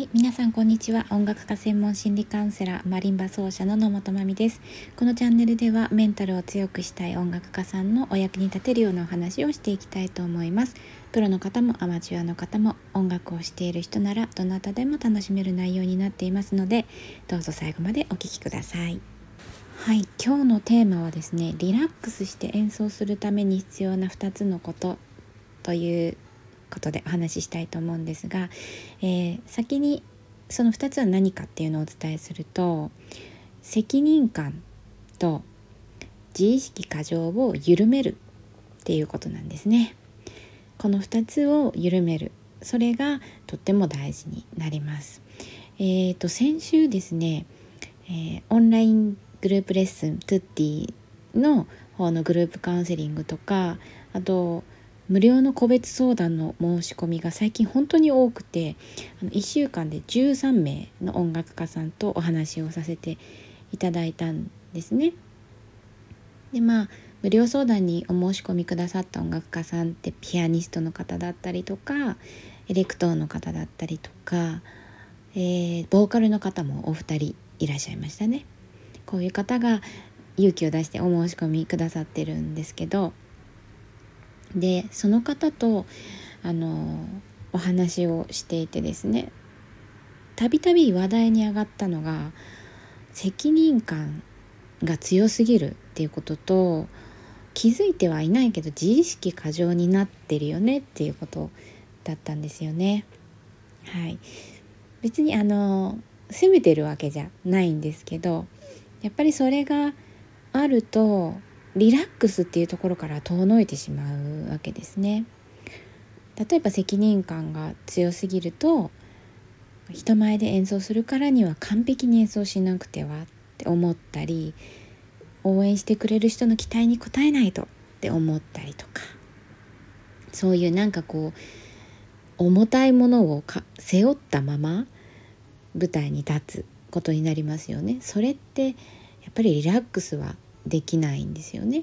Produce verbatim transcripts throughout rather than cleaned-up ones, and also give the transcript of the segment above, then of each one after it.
皆さんこんにちは。音楽家専門心理カウンセラーマリンバ奏者の野本まみです。このチャンネルではメンタルを強くしたい音楽家さんのお役に立てるようなお話をしていきたいと思います。プロの方もアマチュアの方も音楽をしている人ならどなたでも楽しめる内容になっていますので、どうぞ最後までお聞きください。はい、今日のテーマはですね、リラックスして演奏するために必要なふたつのことということでお話ししたいと思うんですが、えー、先にそのふたつは何かっていうのをお伝えすると、責任感と自意識過剰を緩めるっていうことなんですね。このふたつを緩める、それがとっても大事になります。えーと先週ですね、えー、オンライングループレッスントゥッティの方のグループカウンセリングとか、あと無料の個別相談の申し込みが最近本当に多くて、あのいっしゅうかんでじゅうさんめいの音楽家さんとお話をさせていただいたんですね。でまあ無料相談にお申し込みくださった音楽家さんってピアニストの方だったりとか、エレクトーンの方だったりとか、えー、ボーカルの方もお二人いらっしゃいましたね。こういう方が勇気を出してお申し込みくださってるんですけど、でその方とあのお話をしていてですね、たびたび話題に上がったのが責任感が強すぎるっていうことと、気づいてはいないけど自意識過剰になってるよねっていうことだったんですよね。はい、別にあの責めてるわけじゃないんですけど、やっぱりそれがあるとリラックスっていうところから遠のいてしまうわけですね。例えば責任感が強すぎると、人前で演奏するからには完璧に演奏しなくてはって思ったり、応援してくれる人の期待に応えないとって思ったりとか、そういうなんかこう重たいものをか背負ったまま舞台に立つことになりますよね。それってやっぱりリラックスはできないんですよね。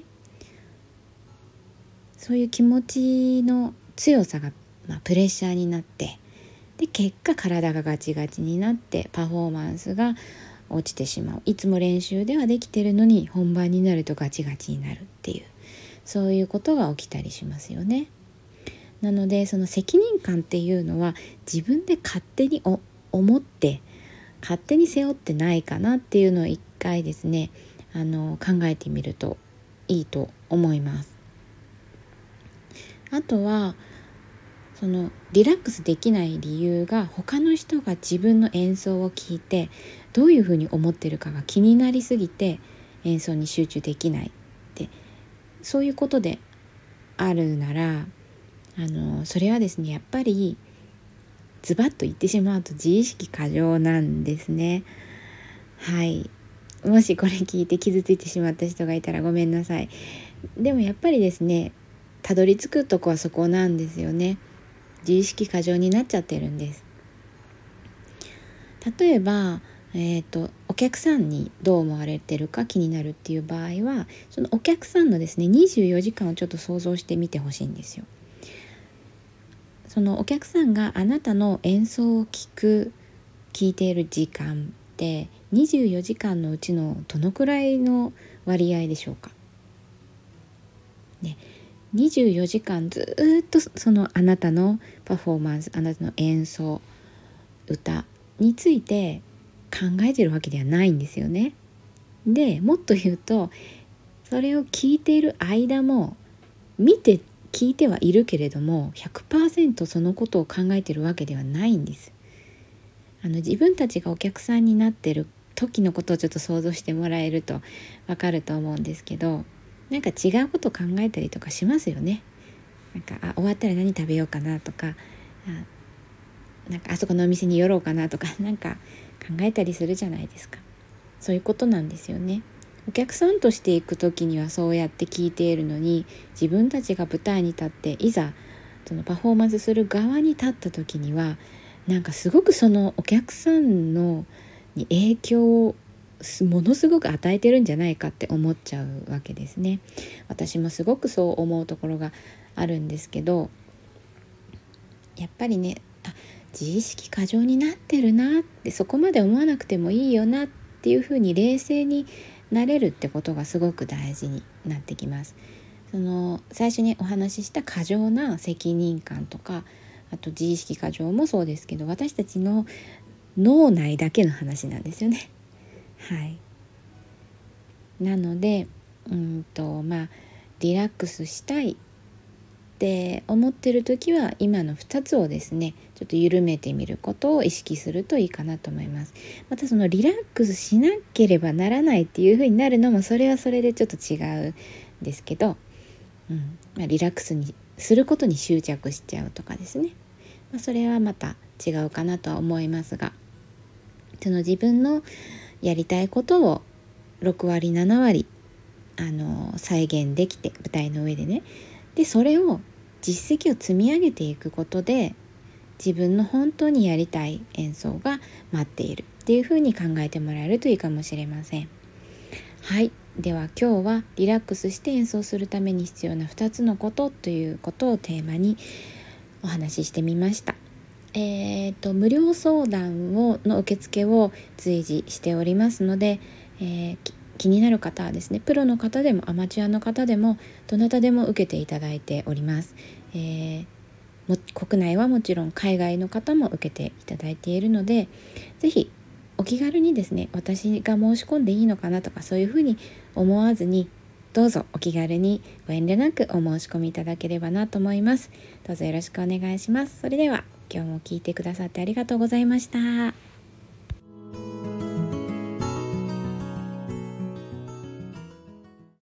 そういう気持ちの強さが、まあ、プレッシャーになって、で結果体がガチガチになってパフォーマンスが落ちてしまう。いつも練習ではできてるのに本番になるとガチガチになるっていう、そういうことが起きたりしますよね。なのでその責任感っていうのは自分で勝手にお思って勝手に背負ってないかなっていうのを一回ですね、あの考えてみるといいと思います。あとはそのリラックスできない理由が、他の人が自分の演奏を聞いてどういうふうに思ってるかが気になりすぎて演奏に集中できないって、そういうことであるなら、あのそれはですね、やっぱりズバッと言ってしまうと自意識過剰なんですね。はい、もしこれ聞いて傷ついてしまった人がいたらごめんなさい。でもやっぱりですね、たどり着くとこはそこなんですよね。自意識過剰になっちゃってるんです。例えば、えーと、お客さんにどう思われてるか気になるっていう場合は、そのお客さんのですねにじゅうよじかんをちょっと想像してみてほしいんですよ。そのお客さんがあなたの演奏を聞く聞いている時間ってにじゅうよじかんのうちのどのくらいの割合でしょうか、ね、にじゅうよじかんずっとそのあなたのパフォーマンス、あなたの演奏、歌について考えてるわけではないんですよね。でもっと言うと、それを聞いている間も見て聞いてはいるけれども ひゃくパーセント そのことを考えているわけではないんです。あの自分たちがお客さんになっている時のことをちょっと想像してもらえるとわかると思うんですけど、なんか違うことを考えたりとかしますよね。なんかあ終わったら何食べようかなとか、あなんかあそこのお店に寄ろうかなとか、なんか考えたりするじゃないですか。そういうことなんですよね。お客さんとして行く時にはそうやって聞いているのに、自分たちが舞台に立っていざそのパフォーマンスする側に立った時には、なんかすごくそのお客さんのに影響をものすごく与えてるんじゃないかって思っちゃうわけですね。私もすごくそう思うところがあるんですけど、やっぱりね、あ自意識過剰になってるなって、そこまで思わなくてもいいよなっていうふうに冷静になれるってことがすごく大事になってきます。その最初にお話しした過剰な責任感とか、あと自意識過剰もそうですけど、私たちの脳内だけの話なんですよね。はい。なのでうんとまあリラックスしたいって思ってる時は、今のふたつをですねちょっと緩めてみることを意識するといいかなと思います。またそのリラックスしなければならないっていう風になるのも、それはそれでちょっと違うんですけど、うんまあ、リラックスにすることに執着しちゃうとかですね、まあ、それはまた違うかなとは思いますが、その自分のやりたいことをろくわりななわりあの再現できて、舞台の上でね、でそれを実績を積み上げていくことで、自分の本当にやりたい演奏が待っているっていうふうに考えてもらえるといいかもしれません。はい、では今日はリラックスして演奏するために必要なふたつのことということをテーマにお話ししてみました。えーと、無料相談をの受付を随時しておりますので、えー、気になる方はですね、プロの方でもアマチュアの方でもどなたでも受けていただいております。えー、も国内はもちろん海外の方も受けていただいているので、ぜひお気軽にですね、私が申し込んでいいのかなとか、そういうふうに思わずに、どうぞお気軽にご遠慮なくお申し込みいただければなと思います。どうぞよろしくお願いします。それでは今日も聞いてくださってありがとうございました。